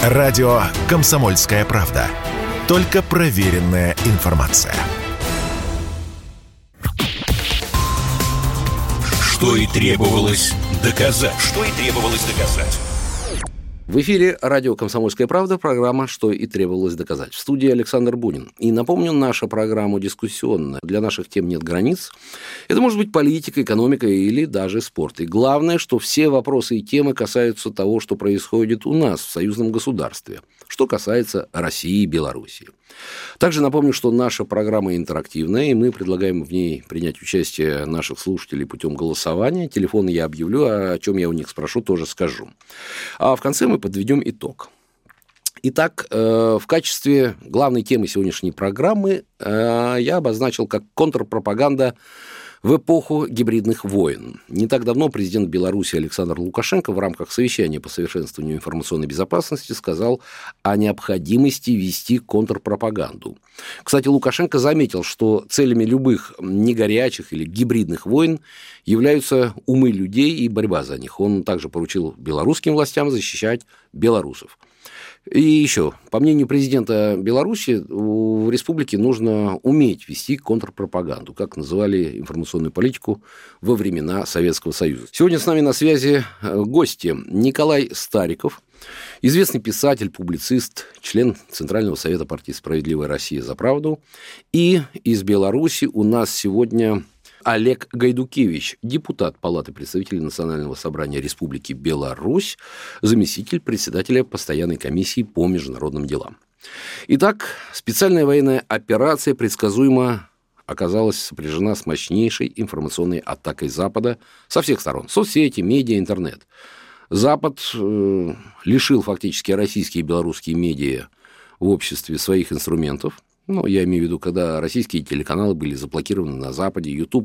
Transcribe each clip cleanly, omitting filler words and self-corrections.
Радио «Комсомольская правда». Только проверенная информация. Что и требовалось доказать. В эфире радио «Комсомольская правда», программа «Что и требовалось доказать». В студии Александр Бунин. И напомню, наша программа дискуссионная. Для наших тем нет границ. Это может быть политика, экономика или даже спорт. И главное, что все вопросы и темы касаются того, что происходит у нас в союзном государстве, что касается России и Белоруссии. Также напомню, что наша программа интерактивная, и мы предлагаем в ней принять участие наших слушателей путем голосования. Телефон я объявлю, а о чем я у них спрошу, тоже скажу. А в конце мы подведем итог. Итак, в качестве главной темы сегодняшней программы я обозначил как контрпропаганда в эпоху гибридных войн. Не так давно президент Беларуси Александр Лукашенко в рамках совещания по совершенствованию информационной безопасности сказал о необходимости вести контрпропаганду. Кстати, Лукашенко заметил, что целями любых негорячих или гибридных войн являются умы людей и борьба за них. Он также поручил белорусским властям защищать белорусов. И еще, по мнению президента Беларуси, в республике нужно уметь вести контрпропаганду, как называли информационную политику во времена Советского Союза. Сегодня с нами на связи гости. Николай Стариков, известный писатель, публицист, член Центрального совета партии «Справедливая Россия за правду». И из Беларуси у нас сегодня Олег Гайдукевич, депутат Палаты представителей Национального собрания Республики Беларусь, заместитель председателя постоянной комиссии по международным делам. Итак, специальная военная операция предсказуемо оказалась сопряжена с мощнейшей информационной атакой Запада со всех сторон. Соцсети, медиа, интернет. Запад лишил фактически российские и белорусские медиа в обществе своих инструментов. Ну, я имею в виду, когда российские телеканалы были заблокированы на Западе, YouTube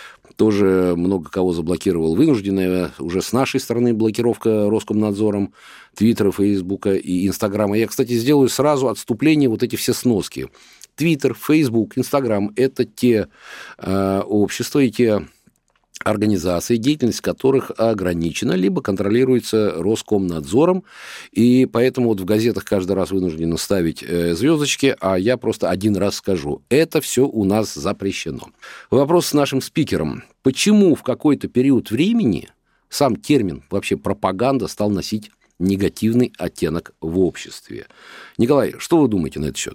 тоже много кого заблокировал. Вынужденная уже с нашей стороны блокировка Роскомнадзором Твиттера, Фейсбука и Инстаграма. Я, кстати, сделаю сразу отступление, вот эти все сноски. Твиттер, Фейсбук, Инстаграм – это те общества и те организации, деятельность которых ограничена, либо контролируется Роскомнадзором, и поэтому вот в газетах каждый раз вынуждены ставить звездочки, а я просто один раз скажу, это все у нас запрещено. Вопрос с нашим спикером. Почему в какой-то период времени сам термин вообще пропаганда стал носить негативный оттенок в обществе? Николай, что вы думаете на этот счет?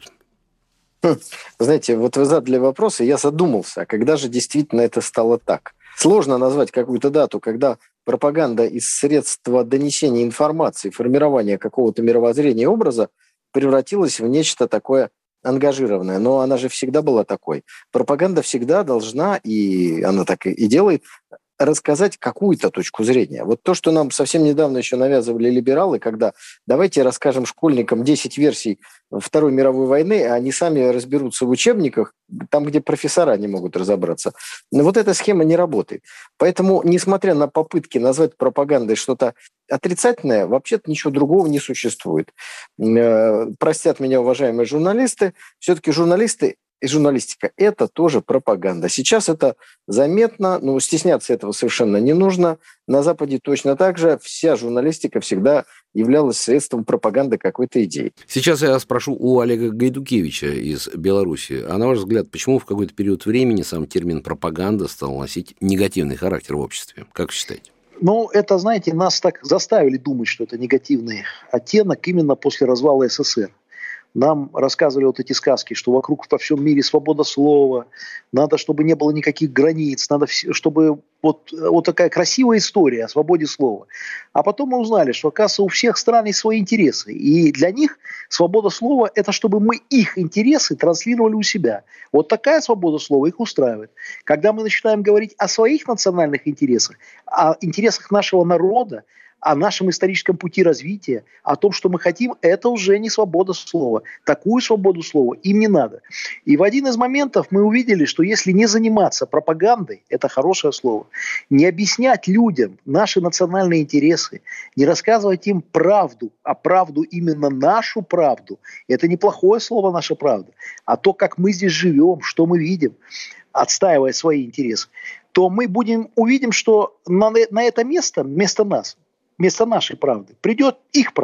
Знаете, вот вы задали вопрос, и я задумался, а когда же действительно это стало так? Сложно назвать какую-то дату, когда пропаганда из средства донесения информации, формирования какого-то мировоззрения и образа превратилась в нечто такое ангажированное. Но она же всегда была такой. Пропаганда всегда должна, и она так и делает, рассказать какую-то точку зрения. Вот то, что нам совсем недавно еще навязывали либералы, когда давайте расскажем школьникам 10 версий Второй мировой войны, а они сами разберутся в учебниках, там, где профессора не могут разобраться. Но вот эта схема не работает. Поэтому, несмотря на попытки назвать пропагандой что-то отрицательное, вообще-то ничего другого не существует. Простят меня, уважаемые журналисты, все-таки журналисты и журналистика – это тоже пропаганда. Сейчас это заметно, но стесняться этого совершенно не нужно. На Западе точно так же вся журналистика всегда являлась средством пропаганды какой-то идеи. Сейчас я спрошу у Олега Гайдукевича из Беларуси. А на ваш взгляд, почему в какой-то период времени сам термин пропаганда стал носить негативный характер в обществе? Как вы считаете? Ну, это, знаете, нас так заставили думать, что это негативный оттенок именно после развала СССР. Нам рассказывали вот эти сказки, что вокруг во всем мире свобода слова, надо, чтобы не было никаких границ, надо, чтобы вот такая красивая история о свободе слова. А потом мы узнали, что, оказывается, у всех стран есть свои интересы. И для них свобода слова – это чтобы мы их интересы транслировали у себя. Вот такая свобода слова их устраивает. Когда мы начинаем говорить о своих национальных интересах, о интересах нашего народа, о нашем историческом пути развития, о том, что мы хотим, это уже не свобода слова. Такую свободу слова им не надо. И в один из моментов мы увидели, что если не заниматься пропагандой, это хорошее слово, не объяснять людям наши национальные интересы, не рассказывать им правду, а правду именно нашу правду, это неплохое слово «наша правда», а то, как мы здесь живем, что мы видим, отстаивая свои интересы, то мы увидим, что на это место, вместо нас, вместо нашей правды придет их правда.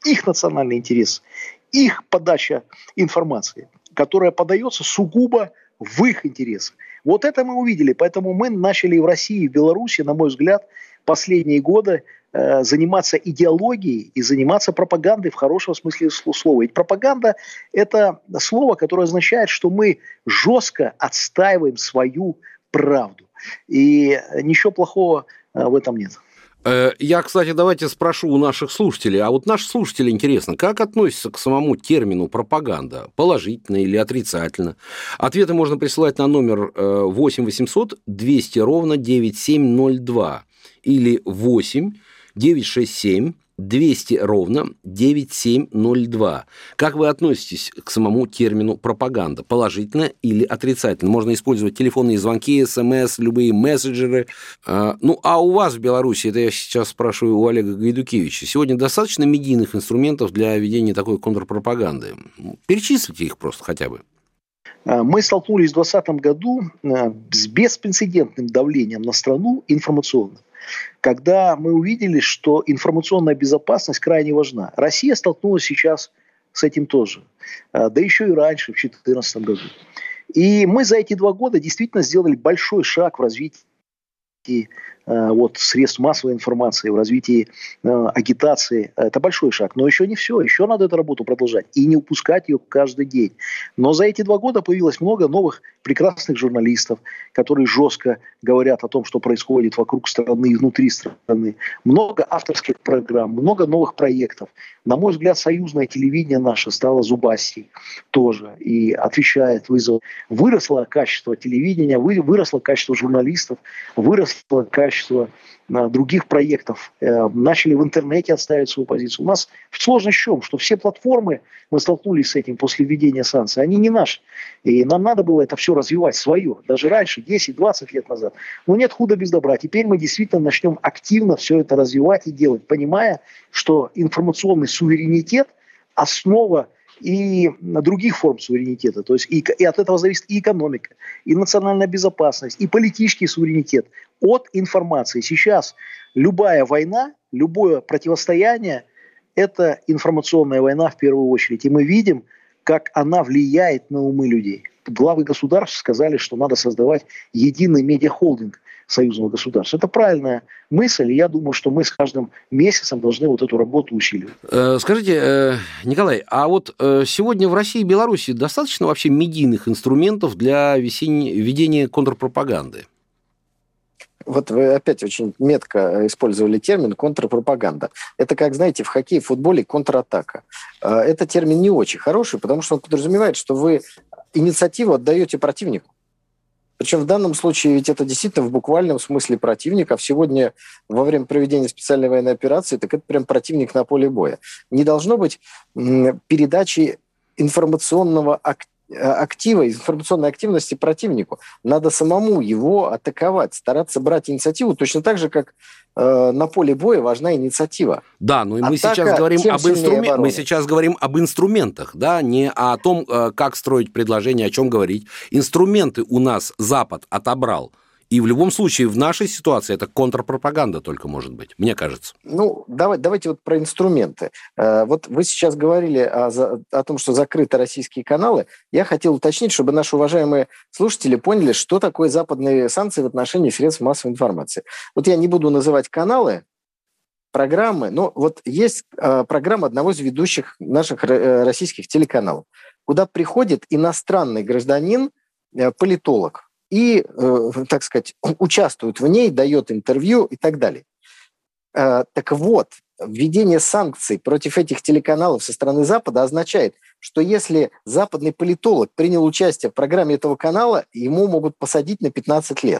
их национальный интерес, их подача информации, которая подается сугубо в их интересах. Вот это мы увидели. Поэтому мы начали в России и в Беларуси, на мой взгляд, последние годы заниматься идеологией и заниматься пропагандой в хорошем смысле слова. Ведь пропаганда – это слово, которое означает, что мы жестко отстаиваем свою правду. И ничего плохого в этом нет. Я, кстати, давайте спрошу у наших слушателей. А вот наши слушатели, интересно, как относятся к самому термину пропаганда? Положительно или отрицательно? Ответы можно присылать на номер 8 800 200 ровно 9702 или 8 967 200 ровно 9702. Как вы относитесь к самому термину пропаганда? Положительно или отрицательно? Можно использовать телефонные звонки, СМС, любые мессенджеры. Ну, а у вас в Беларуси, это я сейчас спрашиваю у Олега Гайдукевича, сегодня достаточно медийных инструментов для ведения такой контрпропаганды? Перечислите их просто хотя бы. Мы столкнулись в 2020 году с беспрецедентным давлением на страну информационным, когда мы увидели, что информационная безопасность крайне важна. Россия столкнулась сейчас с этим тоже, да еще и раньше, в 2014 году. И мы за эти 2 года действительно сделали большой шаг в развитии средств массовой информации, в развитии агитации. Это большой шаг. Но еще не все. Еще надо эту работу продолжать. И не упускать ее каждый день. Но за эти 2 года появилось много новых прекрасных журналистов, которые жестко говорят о том, что происходит вокруг страны и внутри страны. Много авторских программ, много новых проектов. На мой взгляд, союзное телевидение наше стало зубастей тоже и отвечает вызову. Выросло качество телевидения, выросло качество журналистов, выросло качество других проектов, начали в интернете отставить свою позицию. У нас сложность в чем? Что все платформы, мы столкнулись с этим после введения санкций, они не наши. И нам надо было это все развивать свое, даже раньше, 10-20 лет назад. Но нет худа без добра. Теперь мы действительно начнем активно все это развивать и делать, понимая, что информационный суверенитет – основа и других форм суверенитета. То есть и от этого зависит и экономика, и национальная безопасность, и политический суверенитет от информации. Сейчас любая война, любое противостояние – это информационная война в первую очередь. И мы видим, как она влияет на умы людей. Главы государств сказали, что надо создавать единый медиахолдинг союзного государства. Это правильная мысль, и я думаю, что мы с каждым месяцем должны вот эту работу усиливать. Скажите, Николай, а вот сегодня в России и Беларуси достаточно вообще медийных инструментов для ведения контрпропаганды? Вот вы опять очень метко использовали термин контрпропаганда. Это, как, знаете, в хоккее, в футболе контратака. Этот термин не очень хороший, потому что он подразумевает, что вы инициативу отдаете противнику. Причем в данном случае ведь это действительно в буквальном смысле противник, а сегодня во время проведения специальной военной операции, так это прям противник на поле боя. Не должно быть передачи информационного актива, информационной активности противнику. Надо самому его атаковать, стараться брать инициативу, точно так же, как на поле боя важна инициатива. Да, но мы сейчас говорим об инструментах, да, не о том, как строить предложение, о чем говорить. Инструменты у нас Запад отобрал. И в любом случае в нашей ситуации это контрпропаганда только может быть, мне кажется. Ну, давайте вот про инструменты. Вот вы сейчас говорили о том, что закрыты российские каналы. Я хотел уточнить, чтобы наши уважаемые слушатели поняли, что такое западные санкции в отношении средств массовой информации. Вот я не буду называть каналы, программы, но вот есть программа одного из ведущих наших российских телеканалов, куда приходит иностранный гражданин, политолог, и, так сказать, участвует в ней, дает интервью и так далее. Так вот, введение санкций против этих телеканалов со стороны Запада означает, что если западный политолог принял участие в программе этого канала, ему могут посадить на 15 лет.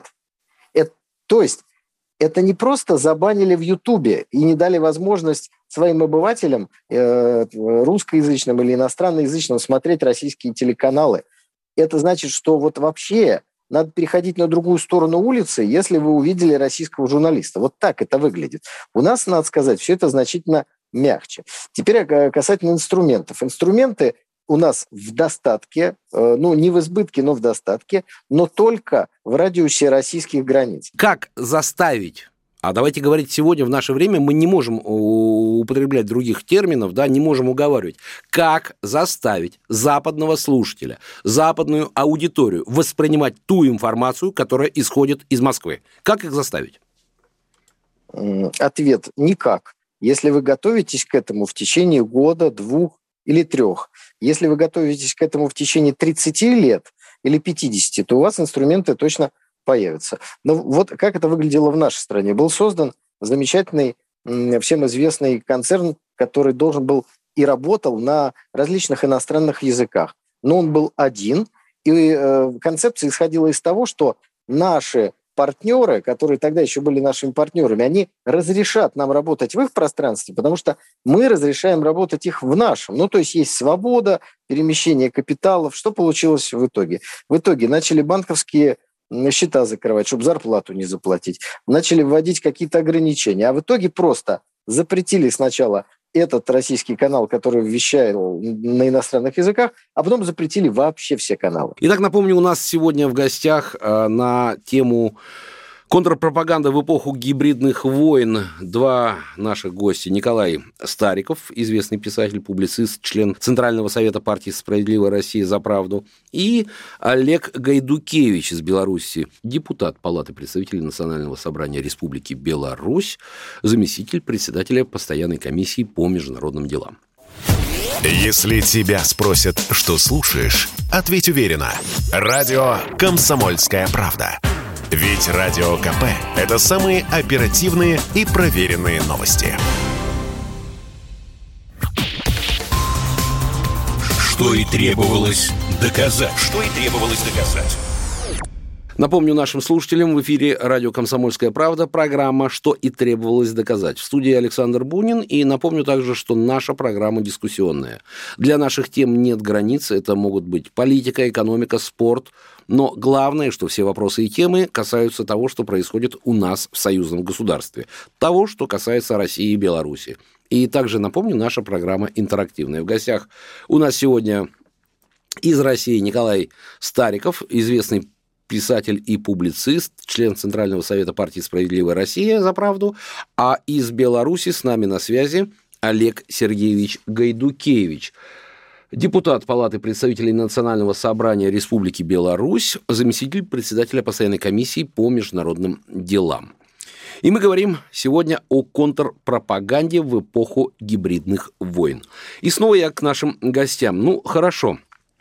То есть это не просто забанили в Ютубе и не дали возможность своим обывателям, русскоязычным или иностранноязычным, смотреть российские телеканалы. Это значит, что вот вообще надо переходить на другую сторону улицы, если вы увидели российского журналиста. Вот так это выглядит. У нас, надо сказать, все это значительно мягче. Теперь касательно инструментов. Инструменты у нас в достатке, ну, не в избытке, но в достатке, но только в радиусе российских границ. Как заставить А давайте говорить сегодня, в наше время, мы не можем употреблять других терминов, да, не можем уговаривать. Как заставить западного слушателя, западную аудиторию воспринимать ту информацию, которая исходит из Москвы? Как их заставить? Ответ – никак. Если вы готовитесь к этому в течение года, 2 или 3, если вы готовитесь к этому в течение 30 лет или 50, то у вас инструменты точно появятся. Но вот как это выглядело в нашей стране. Был создан замечательный, всем известный концерн, который должен был и работал на различных иностранных языках. Но он был один, и концепция исходила из того, что наши партнеры, которые тогда еще были нашими партнерами, они разрешат нам работать в их пространстве, потому что мы разрешаем работать их в нашем. Ну, то есть свобода, перемещение капиталов. Что получилось в итоге? В итоге начали банковские счета закрывать, чтобы зарплату не заплатить. Начали вводить какие-то ограничения. А в итоге просто запретили сначала этот российский канал, который вещал на иностранных языках, а потом запретили вообще все каналы. Итак, напомню, у нас сегодня в гостях на тему контрпропаганда в эпоху гибридных войн два наших гостя. Николай Стариков, известный писатель, публицист, член Центрального совета партии «Справедливая Россия за правду», и Олег Гайдукевич из Беларуси, депутат Палаты представителей Национального собрания Республики Беларусь, заместитель председателя постоянной комиссии по международным делам. Если тебя спросят, что слушаешь, ответь уверенно. Радио «Комсомольская правда». Ведь Радио КП – это самые оперативные и проверенные новости. Что и требовалось доказать. Напомню нашим слушателям, в эфире радио «Комсомольская правда», программа «Что и требовалось доказать». В студии Александр Бунин. И напомню также, что наша программа дискуссионная. Для наших тем нет границ. Это могут быть политика, экономика, спорт. Но главное, что все вопросы и темы касаются того, что происходит у нас в союзном государстве. Того, что касается России и Беларуси. И также напомню, наша программа интерактивная. В гостях у нас сегодня из России Николай Стариков, известный писатель и публицист, член Центрального совета партии «Справедливая Россия за правду», а из Беларуси с нами на связи Олег Сергеевич Гайдукевич, депутат Палаты представителей Национального собрания Республики Беларусь, заместитель председателя постоянной комиссии по международным делам. И мы говорим сегодня о контрпропаганде в эпоху гибридных войн. И снова я к нашим гостям. Ну, хорошо.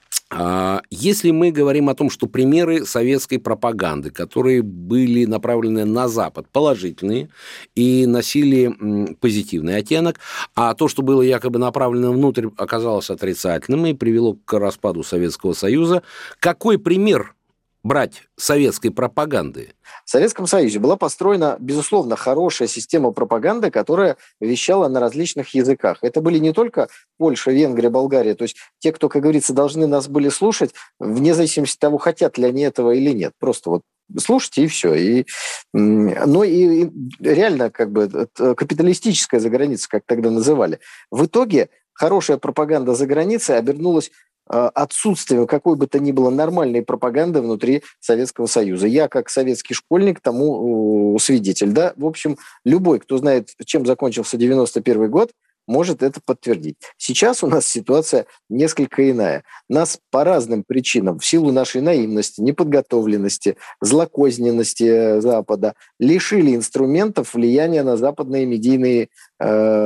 Если мы говорим о том, что примеры советской пропаганды, которые были направлены на Запад, положительные и носили позитивный оттенок, а то, что было якобы направлено внутрь, оказалось отрицательным и привело к распаду Советского Союза, какой пример брать советской пропаганды? В Советском Союзе была построена, безусловно, хорошая система пропаганды, которая вещала на различных языках. Это были не только Польша, Венгрия, Болгария, то есть те, кто, как говорится, должны нас были слушать, вне зависимости от того, хотят ли они этого или нет. Просто вот слушайте и все. Но и реально как бы капиталистическая заграница, как тогда называли. В итоге хорошая пропаганда за границей обернулась отсутствием какой бы то ни было нормальной пропаганды внутри Советского Союза. Я, как советский школьник, тому свидетель. Да? В общем, любой, кто знает, чем закончился 91 год, может это подтвердить. Сейчас у нас ситуация несколько иная. Нас по разным причинам, в силу нашей наивности, неподготовленности, злокозненности Запада, лишили инструментов влияния на западные медийные, на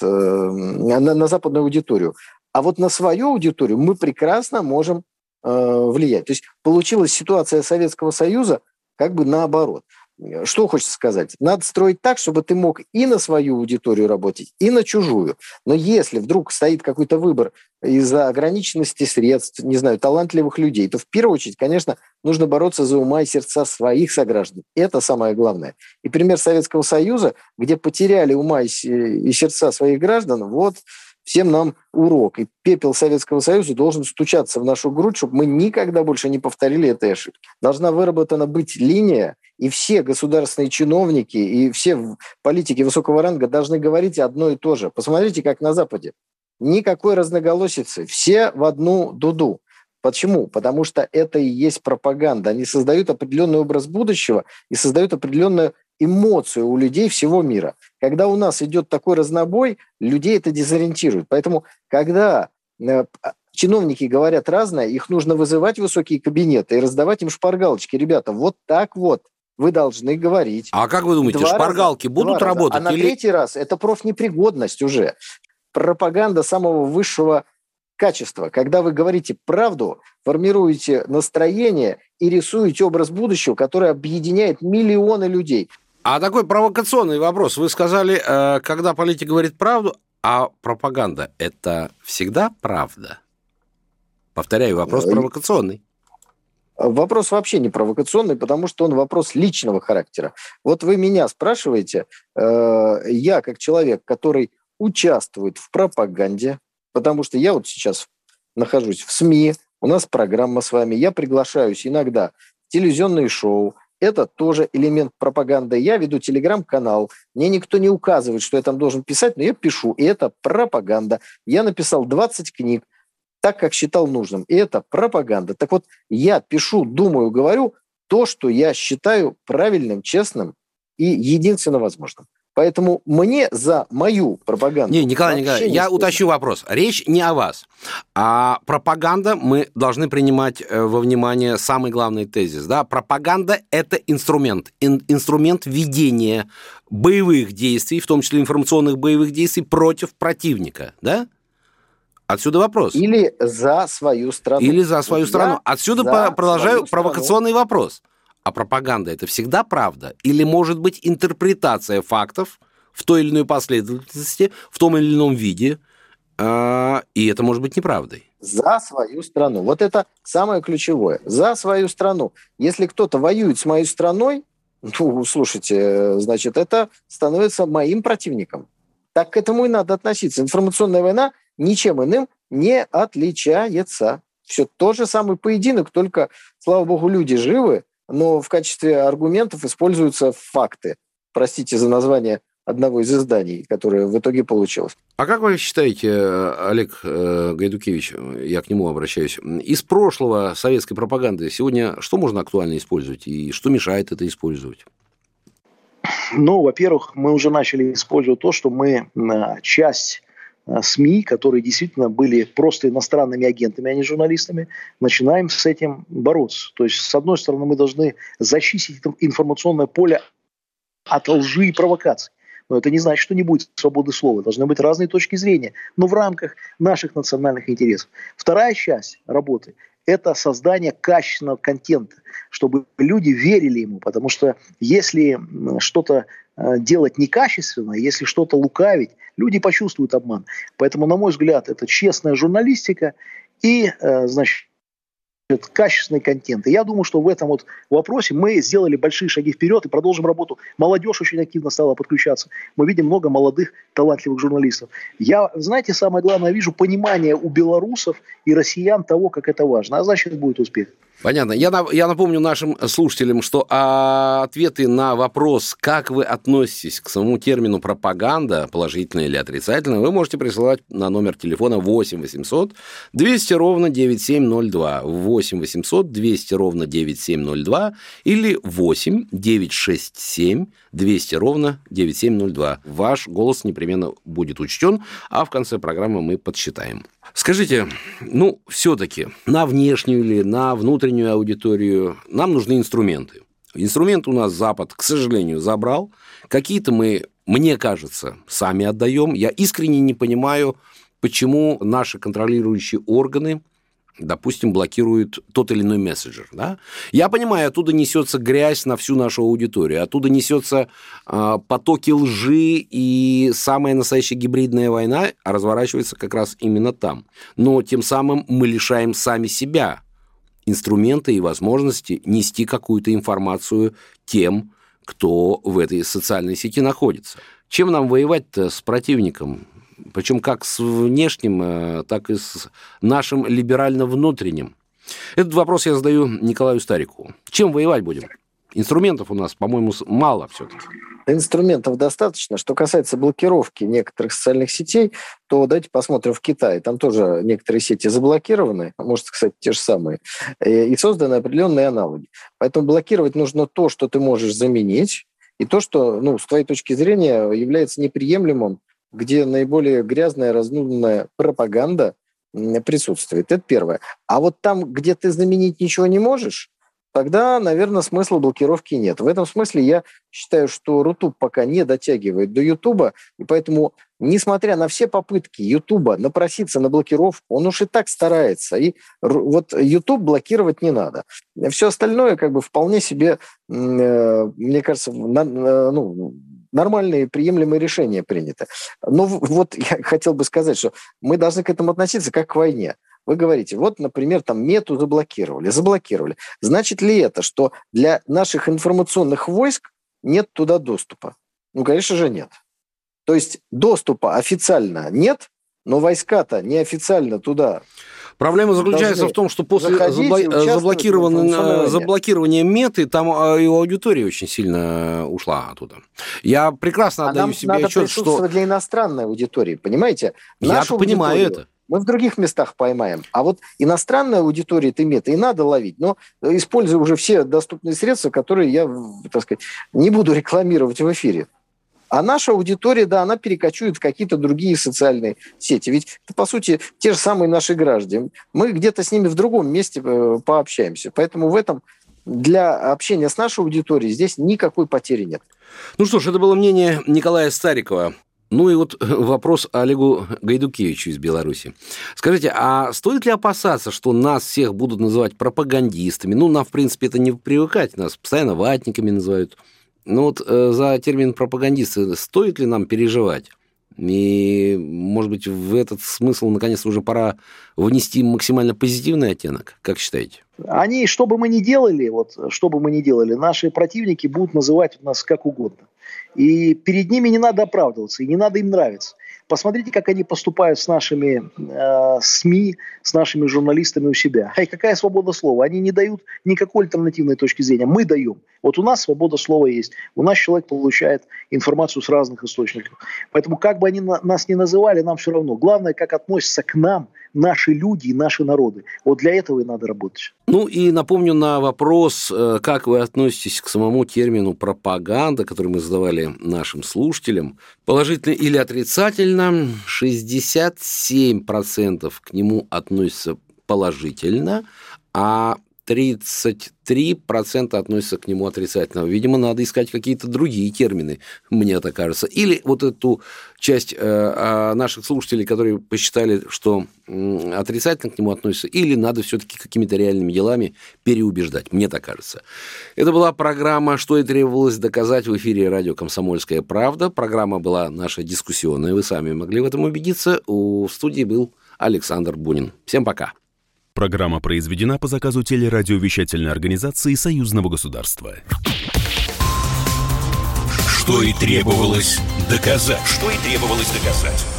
западную аудиторию. А вот на свою аудиторию мы прекрасно можем влиять. То есть получилась ситуация Советского Союза как бы наоборот. Что хочется сказать? Надо строить так, чтобы ты мог и на свою аудиторию работать, и на чужую. Но если вдруг стоит какой-то выбор из-за ограниченности средств, не знаю, талантливых людей, то в первую очередь, конечно, нужно бороться за ума и сердца своих сограждан. Это самое главное. И пример Советского Союза, где потеряли ума и сердца своих граждан, вот всем нам урок. И пепел Советского Союза должен стучаться в нашу грудь, чтобы мы никогда больше не повторили этой ошибки. Должна выработана быть линия, и все государственные чиновники, и все политики высокого ранга должны говорить одно и то же. Посмотрите, как на Западе. Никакой разноголосицы. Все в одну дуду. Почему? Потому что это и есть пропаганда. Они создают определенный образ будущего и создают определенную эмоцию у людей всего мира. Когда у нас идет такой разнобой, людей это дезориентирует. Поэтому, когда чиновники говорят разное, их нужно вызывать в высокие кабинеты и раздавать им шпаргалочки. Ребята, вот так вот вы должны говорить. А как вы думаете, шпаргалки будут работать? А на третий раз это профнепригодность уже. Пропаганда самого высшего качества. Когда вы говорите правду, формируете настроение и рисуете образ будущего, который объединяет миллионы людей. А такой провокационный вопрос. Вы сказали, когда политик говорит правду, а пропаганда – это всегда правда? Повторяю, вопрос провокационный. Вопрос вообще не провокационный, потому что он вопрос личного характера. Вот вы меня спрашиваете, я как человек, который участвует в пропаганде, потому что я вот сейчас нахожусь в СМИ, у нас программа с вами, я приглашаюсь иногда в телевизионные шоу, это тоже элемент пропаганды. Я веду телеграм-канал, мне никто не указывает, что я там должен писать, но я пишу, и это пропаганда. Я написал 20 книг, так, как считал нужным. И это пропаганда. Так вот, я пишу, думаю, говорю то, что я считаю правильным, честным и единственно возможным. Поэтому мне за мою пропаганду... Николай Николаевич, я уточню вопрос. Речь не о вас. А пропаганда, мы должны принимать во внимание самый главный тезис. Да? Пропаганда – это инструмент. Инструмент ведения боевых действий, в том числе информационных боевых действий, против противника. Да? Отсюда вопрос. Или за свою страну. Или за свою страну. Отсюда продолжаю провокационный вопрос. А пропаганда – это всегда правда? Или может быть интерпретация фактов в той или иной последовательности, в том или ином виде, и это может быть неправдой? За свою страну. Вот это самое ключевое. За свою страну. Если кто-то воюет с моей страной, ну, слушайте, значит, это становится моим противником. Так к этому и надо относиться. Информационная война ничем иным не отличается. Все тот же самый поединок, только, слава богу, люди живы, но в качестве аргументов используются факты. Простите за название одного из изданий, которое в итоге получилось. А как вы считаете, Олег Гайдукевич, я к нему обращаюсь, из прошлого советской пропаганды сегодня что можно актуально использовать и что мешает это использовать? Ну, во-первых, мы уже начали использовать то, что мы часть СМИ, которые действительно были просто иностранными агентами, а не журналистами, начинаем с этим бороться. То есть, с одной стороны, мы должны защитить информационное поле от лжи и провокаций. Но это не значит, что не будет свободы слова. Должны быть разные точки зрения, но в рамках наших национальных интересов. Вторая часть работы – это создание качественного контента, чтобы люди верили ему. Потому что если что-то делать некачественно, если что-то лукавить, люди почувствуют обман. Поэтому, на мой взгляд, это честная журналистика и, значит, качественный контент. И я думаю, что в этом вот вопросе мы сделали большие шаги вперед и продолжим работу. Молодежь очень активно стала подключаться. Мы видим много молодых, талантливых журналистов. Я, знаете, самое главное, вижу понимание у белорусов и россиян того, как это важно. А значит, будет успех. Понятно. Я напомню нашим слушателям, что ответы на вопрос, как вы относитесь к самому термину пропаганда, положительно или отрицательно, вы можете присылать на номер телефона 8 800 200 ровно 9702, 8 800 200 ровно 9702 или 8 967 200 ровно 9702. Ваш голос непременно будет учтен, а в конце программы мы подсчитаем. Скажите, все-таки на внешнюю или на внутреннюю аудиторию нам нужны инструменты. Инструменты у нас Запад, к сожалению, забрал. Какие-то мы, мне кажется, сами отдаем. Я искренне не понимаю, почему наши контролирующие органы, допустим, блокируют тот или иной мессенджер. Да? Я понимаю, оттуда несется грязь на всю нашу аудиторию, оттуда несется потоки лжи, и самая настоящая гибридная война разворачивается как раз именно там. Но тем самым мы лишаем сами себя инструмента и возможности нести какую-то информацию тем, кто в этой социальной сети находится. Чем нам воевать-то с противником? Причем как с внешним, так и с нашим либерально-внутренним. Этот вопрос я задаю Николаю Старикову. Чем воевать будем? Инструментов у нас, по-моему, мало все-таки. Инструментов достаточно. Что касается блокировки некоторых социальных сетей, то давайте посмотрим в Китае. Там тоже некоторые сети заблокированы, может, кстати, те же самые, и созданы определенные аналоги. Поэтому блокировать нужно то, что ты можешь заменить, и то, что, с твоей точки зрения, является неприемлемым, где наиболее грязная, разнузданная пропаганда присутствует. Это первое. А вот там, где ты заменить ничего не можешь, тогда, наверное, смысла блокировки нет. В этом смысле я считаю, что Рутуб пока не дотягивает до Ютуба, и поэтому, несмотря на все попытки Ютуба напроситься на блокировку, он уж и так старается. И вот Ютуб блокировать не надо. Все остальное вполне себе, мне кажется, нормальные, приемлемые решения приняты. Но вот я хотел бы сказать, что мы должны к этому относиться как к войне. Вы говорите, вот, например, там Мету заблокировали. Значит ли это, что для наших информационных войск нет туда доступа? Конечно же, нет. То есть доступа официально нет, но войска-то неофициально туда. Проблема заключается в том, что после заблокирования Меты там и аудитория очень сильно ушла оттуда. Я прекрасно отдаю себе отчет, что... Нам надо присутствовать для иностранной аудитории, понимаете? Я понимаю это. Мы в других местах поймаем. А вот иностранная аудитория Меты и надо ловить. Но используя уже все доступные средства, которые я, не буду рекламировать в эфире. А наша аудитория, да, она перекочует в какие-то другие социальные сети. Ведь, по сути, те же самые наши граждане. Мы где-то с ними в другом месте пообщаемся. Поэтому в этом для общения с нашей аудиторией здесь никакой потери нет. Ну что ж, это было мнение Николая Старикова. Ну и вот вопрос Олегу Гайдукевичу из Беларуси. Скажите, а стоит ли опасаться, что нас всех будут называть пропагандистами? Нам, в принципе, это не привыкать. Нас постоянно ватниками называют. Но вот за термин пропагандисты стоит ли нам переживать? И, может быть, в этот смысл, наконец, уже пора внести максимально позитивный оттенок? Как считаете? Они, что бы мы ни делали, наши противники будут называть нас как угодно. И перед ними не надо оправдываться, и не надо им нравиться. Посмотрите, как они поступают с нашими СМИ, с нашими журналистами у себя. Какая свобода слова? Они не дают никакой альтернативной точки зрения. Мы даем. Вот у нас свобода слова есть. У нас человек получает информацию с разных источников. Поэтому, как бы они нас ни называли, нам все равно. Главное, как относятся к нам наши люди и наши народы. Вот для этого и надо работать. Ну и напомню на вопрос, как вы относитесь к самому термину пропаганда, который мы задавали нашим слушателям, положительно или отрицательно, 67% к нему относятся положительно, а 33% относятся к нему отрицательно. Видимо, надо искать какие-то другие термины, мне так кажется. Или вот эту часть наших слушателей, которые посчитали, что отрицательно к нему относятся, или надо все-таки какими-то реальными делами переубеждать, мне так кажется. Это была программа «Что и требовалось доказать» в эфире радио «Комсомольская правда». Программа была наша дискуссионная, вы сами могли в этом убедиться. В студии был Александр Бунин. Всем пока. Программа произведена по заказу телерадиовещательной организации Союзного государства. Что и требовалось доказать.